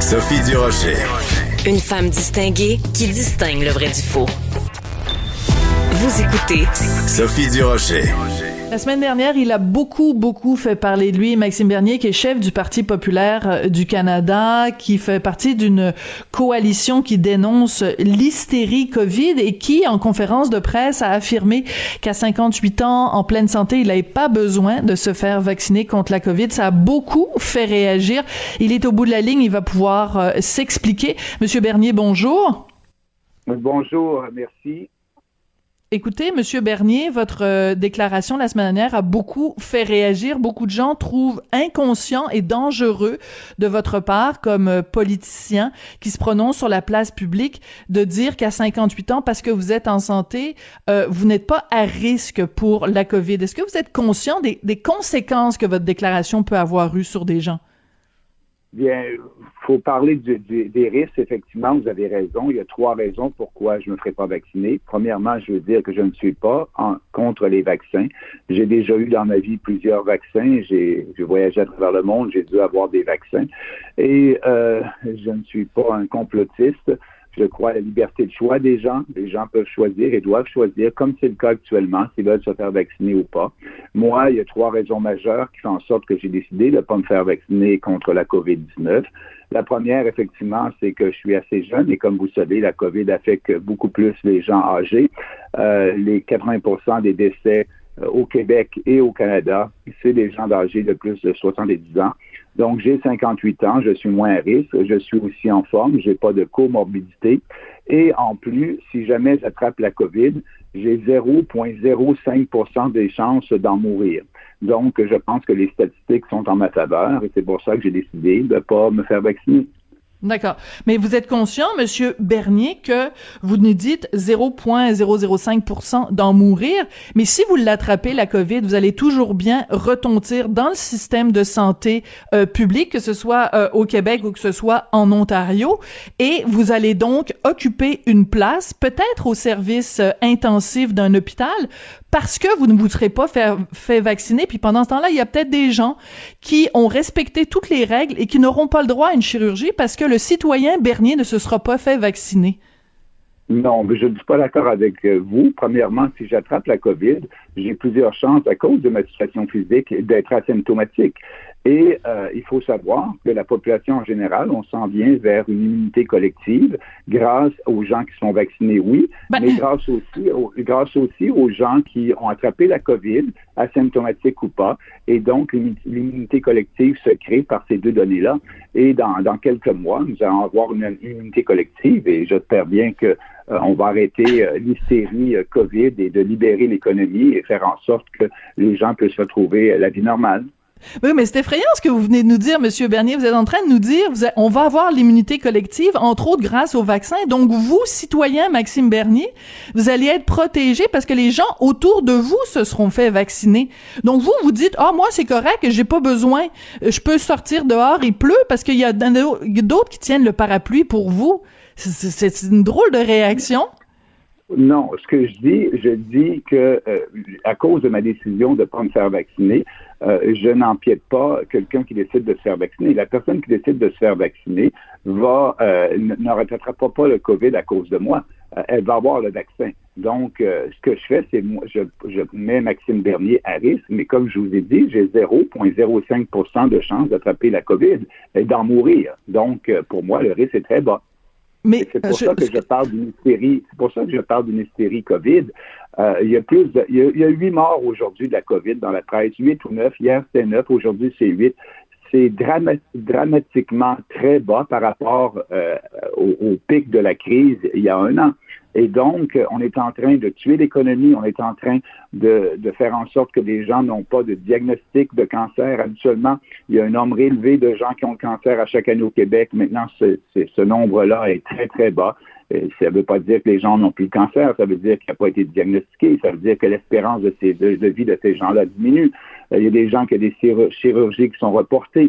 Sophie Durocher. Une femme distinguée qui distingue le vrai du faux. Vous écoutez Sophie Durocher. La semaine dernière, il a beaucoup fait parler de lui, Maxime Bernier, qui est chef du Parti populaire du Canada, qui fait partie d'une coalition qui dénonce l'hystérie COVID et qui, en conférence de presse, a affirmé qu'à 58 ans, en pleine santé, il n'avait pas besoin de se faire vacciner contre la COVID. Ça a beaucoup fait réagir. Il est au bout de la ligne, il va pouvoir s'expliquer. Monsieur Bernier, bonjour. Bonjour, merci. Écoutez, Monsieur Bernier, votre déclaration la semaine dernière a beaucoup fait réagir. Beaucoup de gens trouvent inconscient et dangereux de votre part, comme politicien qui se prononce sur la place publique, de dire qu'à 58 ans, parce que vous êtes en santé, vous n'êtes pas à risque pour la COVID. Est-ce que vous êtes conscient des conséquences que votre déclaration peut avoir eues sur des gens? Bien, il faut parler des risques. Effectivement, vous avez raison. Il y a 3 raisons pourquoi je ne me ferai pas vacciner. Premièrement, je veux dire que je ne suis pas contre les vaccins. J'ai déjà eu dans ma vie plusieurs vaccins. J'ai voyagé à travers le monde. J'ai dû avoir des vaccins. Et je ne suis pas un complotiste. Je crois à la liberté de choix des gens. Les gens peuvent choisir et doivent choisir, comme c'est le cas actuellement, s'ils veulent se faire vacciner ou pas. Moi, il y a 3 raisons majeures qui font en sorte que j'ai décidé de ne pas me faire vacciner contre la COVID-19. La première, effectivement, c'est que je suis assez jeune et comme vous savez, la COVID affecte beaucoup plus les gens âgés. Les 80% des décès au Québec et au Canada, c'est des gens âgés de plus de 70 ans. Donc, j'ai 58 ans, je suis moins à risque, je suis aussi en forme, j'ai pas de comorbidité. Et en plus, si jamais j'attrape la COVID, j'ai 0,05% des chances d'en mourir. Donc, je pense que les statistiques sont en ma faveur et c'est pour ça que j'ai décidé de pas me faire vacciner. D'accord. Mais vous êtes conscient, Monsieur Bernier, que vous nous dites 0,005% d'en mourir, mais si vous l'attrapez, la COVID, vous allez toujours bien retentir dans le système de santé public, que ce soit au Québec ou que ce soit en Ontario, et vous allez donc occuper une place, peut-être au service intensif d'un hôpital, parce que vous ne vous serez pas fait vacciner. Puis pendant ce temps-là, il y a peut-être des gens qui ont respecté toutes les règles et qui n'auront pas le droit à une chirurgie parce que le citoyen Bernier ne se sera pas fait vacciner. Non, mais je ne suis pas d'accord avec vous. Premièrement, si j'attrape la COVID, j'ai plusieurs chances, à cause de ma situation physique, d'être asymptomatique. Et il faut savoir que la population en général, on s'en vient vers une immunité collective grâce aux gens qui sont vaccinés, oui, mais grâce aussi aux gens qui ont attrapé la COVID, asymptomatiques ou pas. Et donc, l'immunité collective se crée par ces 2 données-là. Et dans quelques mois, nous allons avoir une immunité collective et j'espère bien que on va arrêter l'hystérie COVID et de libérer l'économie et faire en sorte que les gens puissent retrouver la vie normale. Oui, mais c'est effrayant ce que vous venez de nous dire, Monsieur Bernier. Vous êtes en train de nous dire, on va avoir l'immunité collective, entre autres grâce au vaccin. Donc, vous, citoyen Maxime Bernier, vous allez être protégé parce que les gens autour de vous se seront fait vacciner. Donc, vous dites, moi, c'est correct, j'ai pas besoin, je peux sortir dehors, il pleut, parce qu'il y a d'autres qui tiennent le parapluie pour vous. C'est une drôle de réaction. Non, ce que je dis que à cause de ma décision de ne pas me faire vacciner, je n'empiète pas quelqu'un qui décide de se faire vacciner. La personne qui décide de se faire vacciner ne rattrapera pas le COVID à cause de moi. Elle va avoir le vaccin. Donc, ce que je fais, c'est moi, je mets Maxime Bernier à risque, mais comme je vous ai dit, j'ai 0,05% de chance d'attraper la COVID et d'en mourir. Donc, pour moi, le risque est très bas. Mais c'est pour ça que je parle d'une hystérie. C'est pour ça que je parle d'une hystérie COVID. Il y a 8 morts aujourd'hui de la COVID dans la presse, 8 ou 9. Hier, c'était 9. Aujourd'hui, c'est 8. C'est dramatiquement très bas par rapport au pic de la crise il y a 1 an. Et donc, on est en train de tuer l'économie, on est en train de faire en sorte que les gens n'ont pas de diagnostic de cancer. Habituellement, il y a un nombre élevé de gens qui ont le cancer à chaque année au Québec. Maintenant, ce nombre-là est très, très bas. Ça ne veut pas dire que les gens n'ont plus le cancer, ça veut dire qu'il n'a pas été diagnostiqué, ça veut dire que l'espérance de vie de ces gens-là diminue. Il y a des gens qui ont des chirurgies qui sont reportées.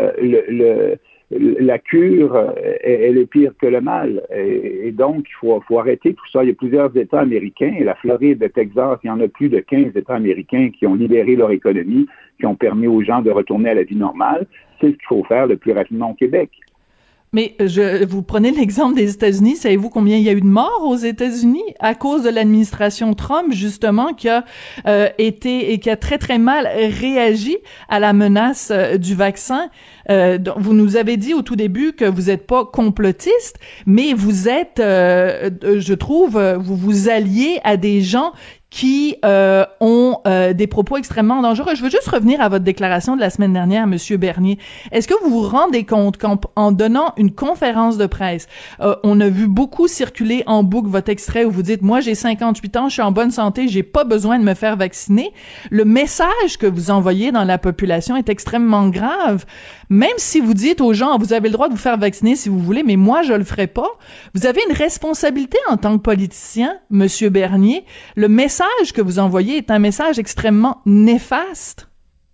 La cure, elle est pire que le mal. Et donc, il faut arrêter tout ça. Il y a plusieurs États américains, la Floride, le Texas, il y en a plus de 15 États américains qui ont libéré leur économie, qui ont permis aux gens de retourner à la vie normale. C'est ce qu'il faut faire le plus rapidement au Québec. Mais vous prenez l'exemple des États-Unis. Savez-vous combien il y a eu de morts aux États-Unis à cause de l'administration Trump, justement, qui a qui a très très mal réagi à la menace du vaccin? Vous nous avez dit au tout début que vous n'êtes pas complotiste, mais vous êtes, je trouve, vous vous alliez à des gens qui ont des propos extrêmement dangereux. Je veux juste revenir à votre déclaration de la semaine dernière, Monsieur Bernier. Est-ce que vous vous rendez compte qu'en donnant une conférence de presse, on a vu beaucoup circuler en boucle votre extrait où vous dites « Moi, j'ai 58 ans, je suis en bonne santé, j'ai pas besoin de me faire vacciner ». Le message que vous envoyez dans la population est extrêmement grave. Même si vous dites aux gens « Vous avez le droit de vous faire vacciner si vous voulez, mais moi, je le ferai pas », vous avez une responsabilité en tant que politicien, Monsieur Bernier. Le message que vous envoyez est un message extrêmement néfaste.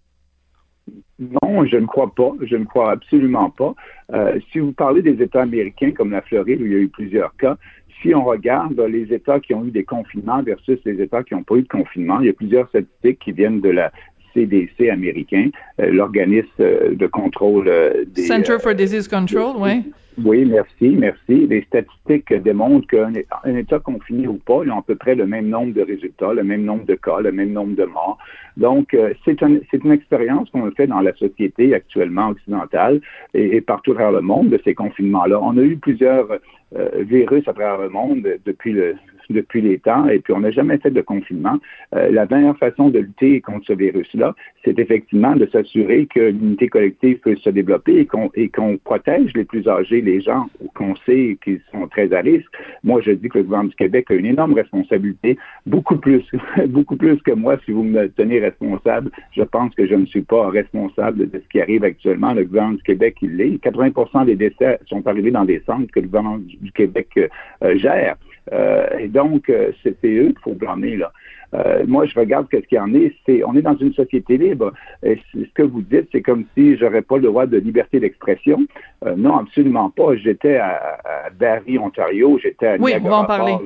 Non, je ne crois pas. Je ne crois absolument pas. Si vous parlez des États américains comme la Floride, où il y a eu plusieurs cas, si on regarde les États qui ont eu des confinements versus les États qui n'ont pas eu de confinement, il y a plusieurs statistiques qui viennent de la CDC américain, l'organisme de contrôle des... Center for Disease Control, oui. Oui, merci. Les statistiques démontrent qu'un État confiné ou pas, ils ont à peu près le même nombre de résultats, le même nombre de cas, le même nombre de morts. Donc, c'est une expérience qu'on a fait dans la société actuellement occidentale et partout à travers le monde de ces confinements-là. On a eu plusieurs virus à travers le monde depuis les temps, et puis on n'a jamais fait de confinement. La meilleure façon de lutter contre ce virus-là, c'est effectivement de s'assurer que l'unité collective peut se développer et qu'on protège les plus âgés, les gens qu'on sait qu'ils sont très à risque. Moi, je dis que le gouvernement du Québec a une énorme responsabilité, beaucoup plus que moi. Si vous me tenez responsable, je pense que je ne suis pas responsable de ce qui arrive actuellement. Le gouvernement du Québec, il l'est. 80% des décès sont arrivés dans des centres que le gouvernement du Québec gère. Et donc, c'est eux qu'il faut blâmer, là. Moi, je regarde ce qu'il y en est. On est dans une société libre. Et ce que vous dites, c'est comme si j'aurais pas le droit de liberté d'expression. Non, absolument pas. J'étais à Barrie, Ontario. J'étais à Niagara Falls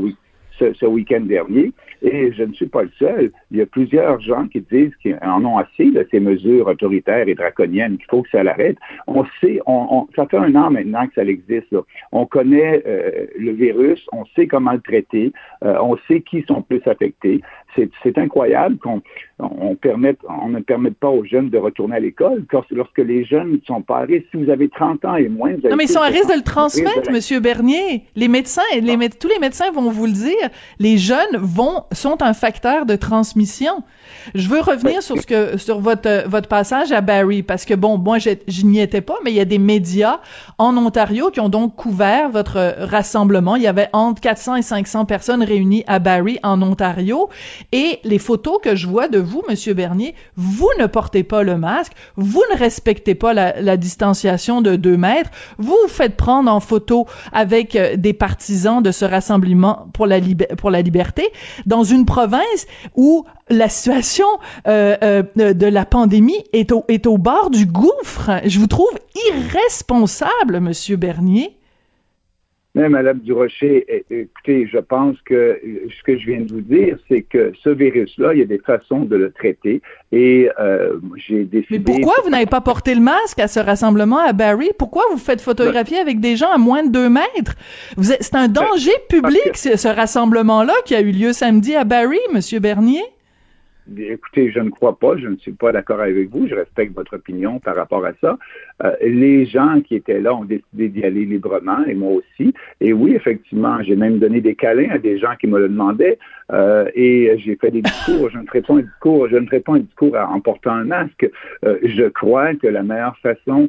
ce week-end dernier. Et je ne suis pas le seul. Il y a plusieurs gens qui disent qu'ils en ont assez de ces mesures autoritaires et draconiennes, qu'il faut que ça l'arrête. On sait, ça fait 1 an maintenant que ça existe, là. On connaît le virus, on sait comment le traiter, on sait qui sont plus affectés. C'est incroyable qu'on ne permette pas aux jeunes de retourner à l'école. Lorsque les jeunes ne sont pas à risque, si vous avez 30 ans et moins... Non, mais ils sont à risque de le transmettre, Monsieur Bernier. Les médecins, tous les médecins vont vous le dire. Les jeunes sont un facteur de transmission. Je veux revenir sur votre passage à Barrie, parce que bon, moi, je n'y étais pas, mais il y a des médias en Ontario qui ont donc couvert votre rassemblement. Il y avait entre 400 et 500 personnes réunies à Barrie, en Ontario. Et les photos que je vois de vous, Monsieur Bernier, vous ne portez pas le masque, vous ne respectez pas la distanciation de 2 mètres, vous vous faites prendre en photo avec des partisans de ce rassemblement pour la liberté, dans une province où la situation de la pandémie est au bord du gouffre. Je vous trouve irresponsable, Monsieur Bernier. Mais Madame Durocher, écoutez, je pense que ce que je viens de vous dire, c'est que ce virus-là, il y a des façons de le traiter et j'ai décidé... Mais pourquoi vous n'avez pas porté le masque à ce rassemblement à Barrie? Pourquoi vous faites photographier avec des gens à moins de 2 mètres? C'est un danger public, ce rassemblement-là qui a eu lieu samedi à Barrie, Monsieur Bernier? Écoutez, je ne crois pas, je ne suis pas d'accord avec vous, je respecte votre opinion par rapport à ça. Les gens qui étaient là ont décidé d'y aller librement, et moi aussi. Et oui, effectivement, j'ai même donné des câlins à des gens qui me le demandaient, et j'ai fait des discours. Je ne ferai pas un discours en portant un masque. Je crois que la meilleure façon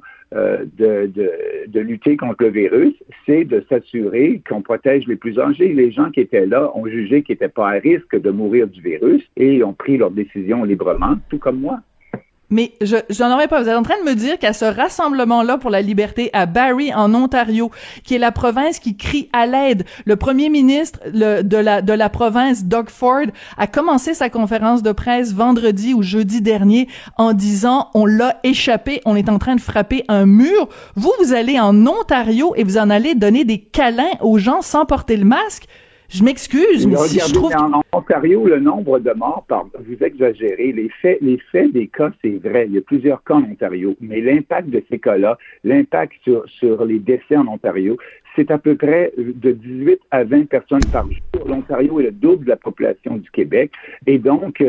de lutter contre le virus, c'est de s'assurer qu'on protège les plus âgés. Les gens qui étaient là ont jugé qu'ils n'étaient pas à risque de mourir du virus et ont pris leurs décisions librement, tout comme moi. Mais j'en aurais pas. Vous êtes en train de me dire qu'à ce rassemblement-là pour la liberté à Barrie, en Ontario, qui est la province qui crie à l'aide, le premier ministre de la province, Doug Ford, a commencé sa conférence de presse vendredi ou jeudi dernier en disant « On l'a échappé, on est en train de frapper un mur ». Vous allez en Ontario et vous en allez donner des câlins aux gens sans porter le masque. Je m'excuse, mais si je trouve... En Ontario, le nombre de morts, vous exagérez. Les faits des cas, c'est vrai. Il y a plusieurs cas en Ontario. Mais l'impact de ces cas-là, l'impact sur les décès en Ontario, c'est à peu près de 18 à 20 personnes par jour. L'Ontario est le double de la population du Québec. Et donc,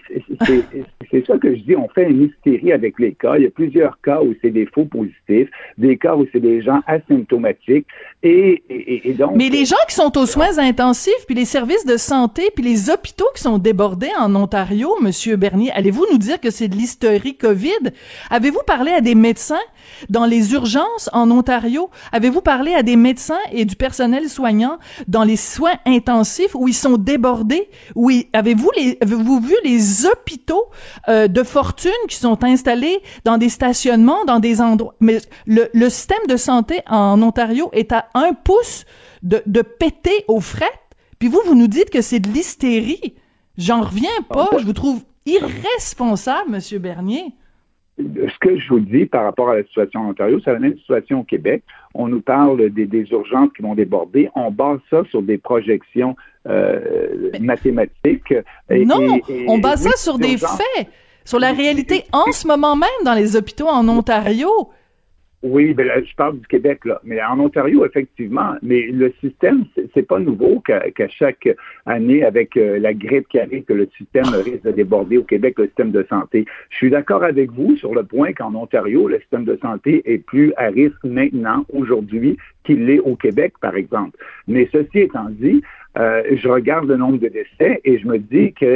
c'est ça que je dis. On fait une hystérie avec les cas. Il y a plusieurs cas où c'est des faux positifs, des cas où c'est des gens asymptomatiques. Et donc... Mais les gens qui sont aux soins intensifs, puis les services de santé, puis les hôpitaux qui sont débordés en Ontario, Monsieur Bernier, allez-vous nous dire que c'est de l'hystérie COVID? Avez-vous parlé à des médecins dans les urgences en Ontario? Avez-vous parlé à des médecins et du personnel soignant dans les soins intensifs où ils sont débordés? Oui, avez-vous vu les hôpitaux de fortune qui sont installés dans des stationnements, dans des endroits? Mais le système de santé en Ontario est à 1 pouce de péter aux frettes. Puis vous nous dites que c'est de l'hystérie. J'en reviens pas. Je vous trouve irresponsable, Monsieur Bernier. Ce que je vous dis par rapport à la situation en Ontario, c'est la même situation au Québec. On nous parle des urgences qui vont déborder. On base ça sur des projections mathématiques. On base ça sur des faits, sur la réalité en ce moment même dans les hôpitaux en Ontario. Oui, ben là, je parle du Québec, là. Mais en Ontario, effectivement, mais le système, c'est pas nouveau qu'à chaque année, avec la grippe qui arrive, que le système risque de déborder au Québec, le système de santé. Je suis d'accord avec vous sur le point qu'en Ontario, le système de santé est plus à risque maintenant, aujourd'hui, qu'il l'est au Québec, par exemple. Mais ceci étant dit, je regarde le nombre de décès et je me dis que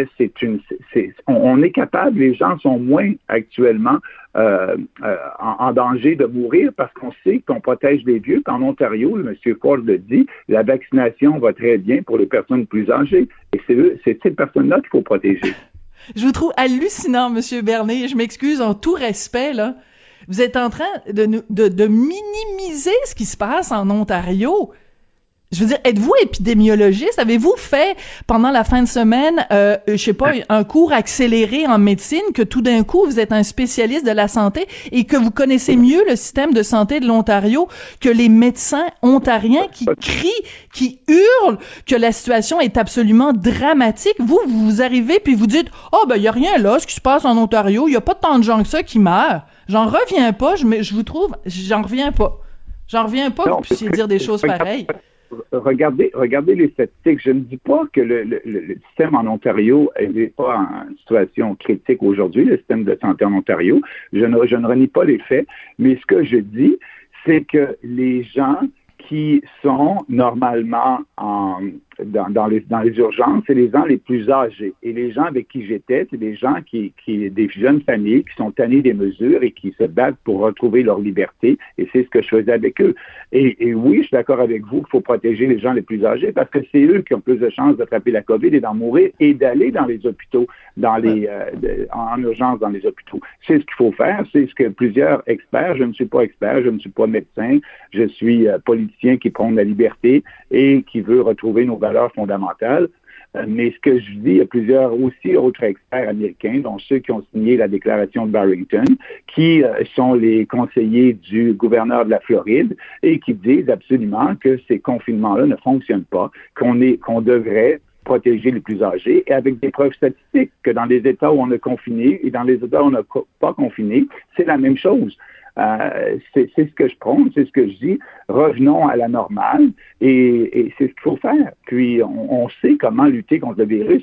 on est capable, les gens sont moins actuellement en danger de mourir parce qu'on sait qu'on protège les vieux. Qu'en Ontario, M. Ford le dit, la vaccination va très bien pour les personnes plus âgées. Et c'est ces personnes-là qu'il faut protéger. Je vous trouve hallucinant, M. Bernier. Je m'excuse en tout respect, là. Vous êtes en train de minimiser ce qui se passe en Ontario. Je veux dire, êtes-vous épidémiologiste? Avez-vous fait, pendant la fin de semaine, je sais pas, un cours accéléré en médecine, que tout d'un coup, vous êtes un spécialiste de la santé et que vous connaissez mieux le système de santé de l'Ontario que les médecins ontariens qui crient, qui hurlent que la situation est absolument dramatique? Vous arrivez puis vous dites, « Oh, ben, il y a rien là, ce qui se passe en Ontario, il y a pas tant de gens que ça qui meurent. » J'en reviens pas, je vous trouve, j'en reviens pas. J'en reviens pas que vous puissiez dire des choses pareilles. Regardez les statistiques. Je ne dis pas que le système en Ontario n'est pas en situation critique aujourd'hui, le système de santé en Ontario. Je ne renie pas les faits, mais ce que je dis, c'est que les gens qui sont normalement dans les urgences, c'est les gens les plus âgés. Et les gens avec qui j'étais, c'est des gens des jeunes familles qui sont tannés des mesures et qui se battent pour retrouver leur liberté. Et c'est ce que je faisais avec eux. Et oui, je suis d'accord avec vous qu'il faut protéger les gens les plus âgés parce que c'est eux qui ont plus de chances d'attraper la COVID et d'en mourir et d'aller dans les hôpitaux, en urgence dans les hôpitaux. C'est ce qu'il faut faire. C'est ce que plusieurs experts, je ne suis pas expert, je ne suis pas médecin, je suis politicien qui prône la liberté et qui veut retrouver nos valeurs fondamentales. Mais ce que je dis, il y a plusieurs aussi autres experts américains, dont ceux qui ont signé la déclaration de Barrington, qui sont les conseillers du gouverneur de la Floride et qui disent absolument que ces confinements-là ne fonctionnent pas, qu'on devrait protéger les plus âgés, et avec des preuves statistiques que dans les États où on a confiné et dans les États où on n'a pas confiné, c'est la même chose. C'est ce que je prône, c'est ce que je dis. Revenons à la normale et c'est ce qu'il faut faire. Puis on sait comment lutter contre le virus.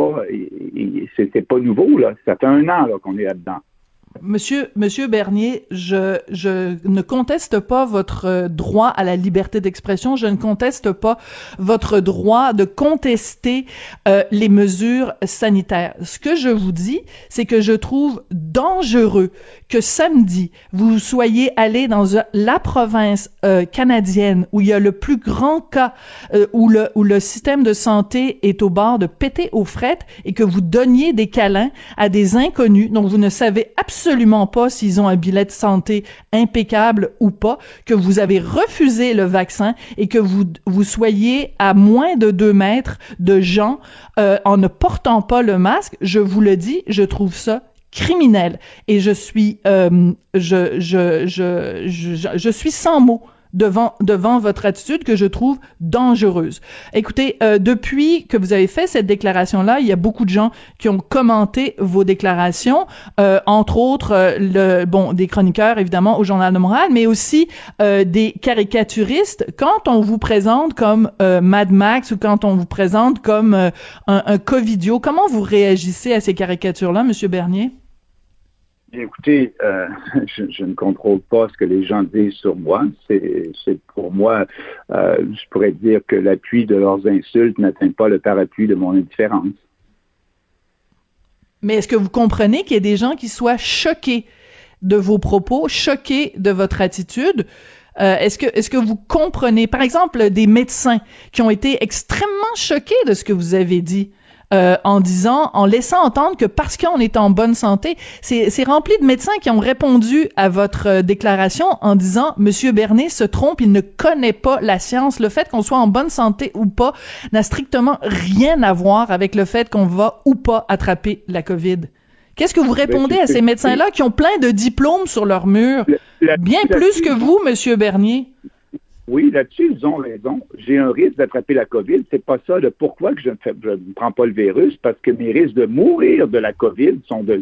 C'est pas nouveau là. Ça fait 1 an là qu'on est là-dedans. Monsieur Bernier, je ne conteste pas votre droit à la liberté d'expression, je ne conteste pas votre droit de contester les mesures sanitaires. Ce que je vous dis, c'est que je trouve dangereux que samedi, vous soyez allé dans la province canadienne où il y a le plus grand cas, où le système de santé est au bord de péter aux frettes et que vous donniez des câlins à des inconnus dont vous ne savez absolument pas s'ils ont un billet de santé impeccable ou pas, que vous avez refusé le vaccin et que vous soyez à moins de 2 mètres de gens en ne portant pas le masque. Je vous le dis, je trouve ça criminel et je suis sans mots devant votre attitude que je trouve dangereuse. Écoutez, depuis que vous avez fait cette déclaration-là, il y a beaucoup de gens qui ont commenté vos déclarations, entre autres, des chroniqueurs, évidemment, au Journal de Montréal, mais aussi des caricaturistes. Quand on vous présente comme Mad Max ou quand on vous présente comme un covidio, comment vous réagissez à ces caricatures-là, Monsieur Bernier? Écoutez, je ne contrôle pas ce que les gens disent sur moi. C'est pour moi, je pourrais dire que l'appui de leurs insultes n'atteint pas le parapluie de mon indifférence. Mais est-ce que vous comprenez qu'il y a des gens qui soient choqués de vos propos, choqués de votre attitude? Est-ce que vous comprenez, par exemple, des médecins qui ont été extrêmement choqués de ce que vous avez dit? En laissant entendre que parce qu'on est en bonne santé, c'est rempli de médecins qui ont répondu à votre déclaration en disant Monsieur Bernier se trompe, il ne connaît pas la science. Le fait qu'on soit en bonne santé ou pas n'a strictement rien à voir avec le fait qu'on va ou pas attraper la COVID. Qu'est-ce que vous répondez à ces médecins-là qui ont plein de diplômes sur leur mur, bien plus que vous, Monsieur Bernier? Oui, là-dessus, ils ont raison. J'ai un risque d'attraper la COVID. C'est pas ça le pourquoi que je ne prends pas le virus, parce que mes risques de mourir de la COVID sont de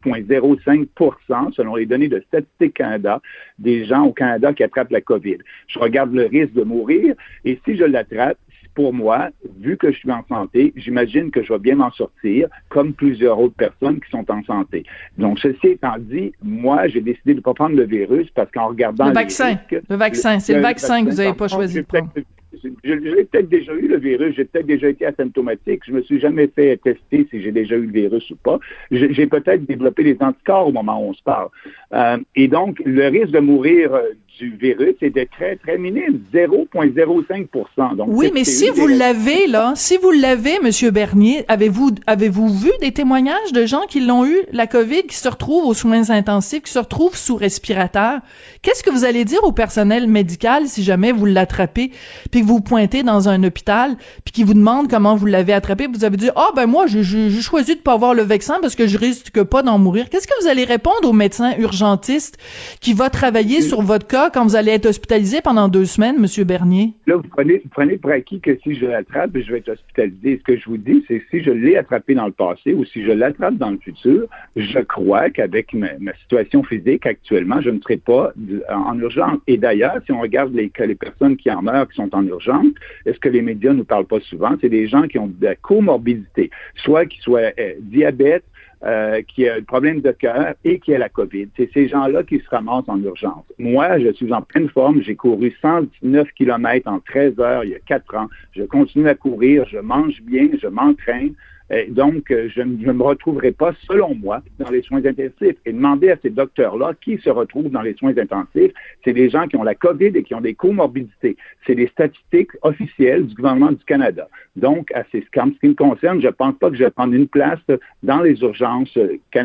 0,05% selon les données de Statistique Canada, des gens au Canada qui attrapent la COVID. Je regarde le risque de mourir et si je l'attrape, pour moi, vu que je suis en santé, j'imagine que je vais bien m'en sortir, comme plusieurs autres personnes qui sont en santé. Donc, ceci étant dit, moi, j'ai décidé de ne pas prendre le virus parce qu'en regardant le vaccin que vous n'avez pas choisi de prendre. J'ai peut-être déjà eu le virus, j'ai peut-être déjà été asymptomatique, je me suis jamais fait tester si j'ai déjà eu le virus ou pas. J'ai peut-être développé des anticorps au moment où on se parle. Et donc, le risque de mourir du virus est de très, très minime, 0,05%. Donc, oui, mais si vous l'avez, Monsieur Bernier, avez-vous vu des témoignages de gens qui l'ont eu, la COVID, qui se retrouvent aux soins intensifs, qui se retrouvent sous respirateur? Qu'est-ce que vous allez dire au personnel médical si jamais vous l'attrapez, puis que vous pointez dans un hôpital, puis qu'ils vous demandent comment vous l'avez attrapé, vous avez dit moi j'ai choisi de pas avoir le vaccin parce que je risque pas d'en mourir. Qu'est-ce que vous allez répondre au médecin urgentiste qui va travailler sur votre cas quand vous allez être hospitalisé pendant 2 semaines, Monsieur Bernier? Là, vous prenez pour acquis que si je l'attrape, je vais être hospitalisé. Ce que je vous dis, c'est que si je l'ai attrapé dans le passé ou si je l'attrape dans le futur, je crois qu'avec ma situation physique actuellement, je ne serai pas en urgence. Et d'ailleurs, si on regarde les personnes qui en meurent, qui sont en urgence, est-ce que les médias nous parlent pas souvent? C'est des gens qui ont de la comorbidité, soit qui soient diabète, qui a un problème de cœur et qui a la COVID. C'est ces gens-là qui se ramassent en urgence. Moi, je suis en pleine forme. J'ai couru 119 km en 13 heures il y a 4 ans. Je continue à courir. Je mange bien. Je m'entraîne. Donc, je ne me retrouverai pas, selon moi, dans les soins intensifs. Et demander à ces docteurs-là qui se retrouvent dans les soins intensifs, c'est des gens qui ont la COVID et qui ont des comorbidités. C'est des statistiques officielles du gouvernement du Canada. Donc, en ce qui me concerne, je ne pense pas que je vais prendre une place dans les urgences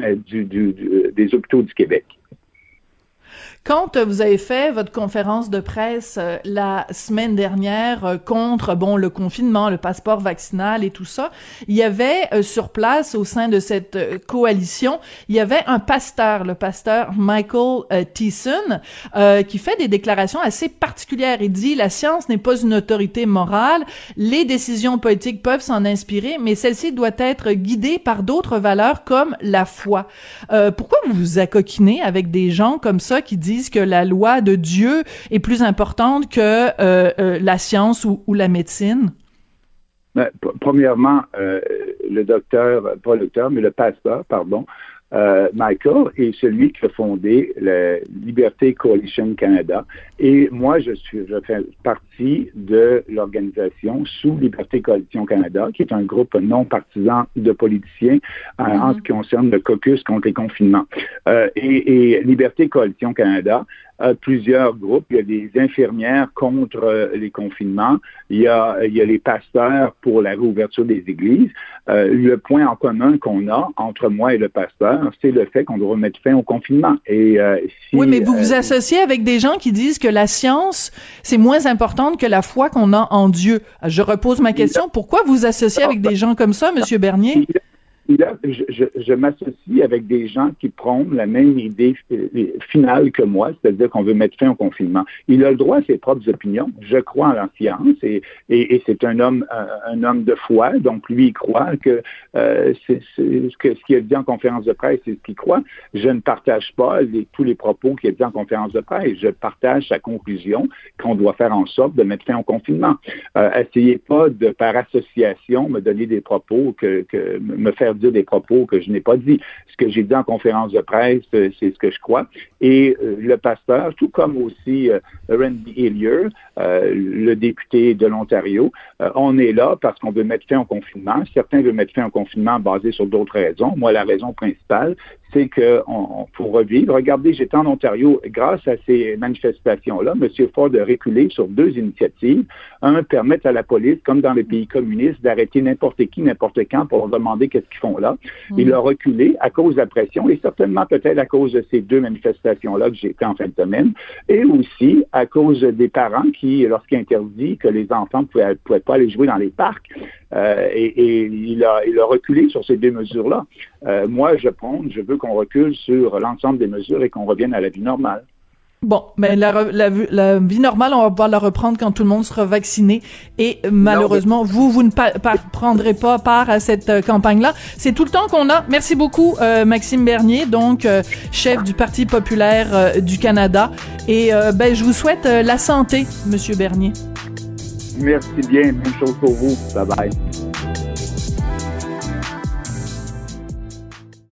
des hôpitaux du Québec. Quand vous avez fait votre conférence de presse la semaine dernière contre le confinement, le passeport vaccinal et tout ça, il y avait sur place au sein de cette coalition, il y avait un pasteur, le pasteur Michael Thiessen, qui fait des déclarations assez particulières. Il dit la science n'est pas une autorité morale, les décisions politiques peuvent s'en inspirer, mais celle-ci doit être guidée par d'autres valeurs comme la foi. Pourquoi vous vous accoquinez avec des gens comme ça qui disent que la loi de Dieu est plus importante que la science ou la médecine? Premièrement, le pasteur, Michael est celui qui a fondé la Liberté Coalition Canada. Et moi, je fais partie de l'organisation sous Liberté Coalition Canada, qui est un groupe non partisan de politiciens en ce qui concerne le caucus contre les confinements. Et Liberté Coalition Canada a plusieurs groupes. Il y a des infirmières contre les confinements. Il y a les pasteurs pour la réouverture des églises. Le point en commun qu'on a entre moi et le pasteur, c'est le fait qu'on doit mettre fin au confinement. Oui, mais vous vous associez avec des gens qui disent que la science, c'est moins importante que la foi qu'on a en Dieu. Je repose ma question. Pourquoi vous associez avec des gens comme ça, Monsieur Bernier? je m'associe avec des gens qui prônent la même idée finale que moi, c'est-à-dire qu'on veut mettre fin au confinement. Il a le droit à ses propres opinions. Je crois en la science et c'est un homme de foi, donc lui, il croit que ce qu'il a dit en conférence de presse, c'est ce qu'il croit. Je ne partage pas tous les propos qu'il a dit en conférence de presse. Je partage sa conclusion qu'on doit faire en sorte de mettre fin au confinement. Essayez pas de, par association, me donner des propos me faire dire des propos que je n'ai pas dit. Ce que j'ai dit en conférence de presse, c'est ce que je crois. Et le pasteur, tout comme aussi Randy Hillier, le député de l'Ontario, on est là parce qu'on veut mettre fin au confinement. Certains veulent mettre fin au confinement basé sur d'autres raisons. Moi, la raison principale, c'est qu'on faut revivre. Regardez, j'étais en Ontario grâce à ces manifestations-là. M. Ford a reculé sur 2 initiatives. Un, permettre à la police, comme dans les pays communistes, d'arrêter n'importe qui, n'importe quand pour leur demander qu'est-ce qu'ils font là. Il a reculé à cause de la pression et certainement peut-être à cause de ces 2 manifestations-là que j'ai fait en fin de semaine et aussi à cause des parents qui, lorsqu'il interdit que les enfants ne pouvaient pas aller jouer dans les parcs, et il a reculé sur ces 2 mesures-là. Moi, je veux qu'on recule sur l'ensemble des mesures et qu'on revienne à la vie normale. Bon, mais la vie normale, on va pouvoir la reprendre quand tout le monde sera vacciné. Et malheureusement, vous ne prendrez pas part à cette campagne-là. C'est tout le temps qu'on a. Merci beaucoup, Maxime Bernier, donc chef du Parti populaire du Canada. Et je vous souhaite la santé, Monsieur Bernier. Merci bien. Même chose pour vous. Bye bye.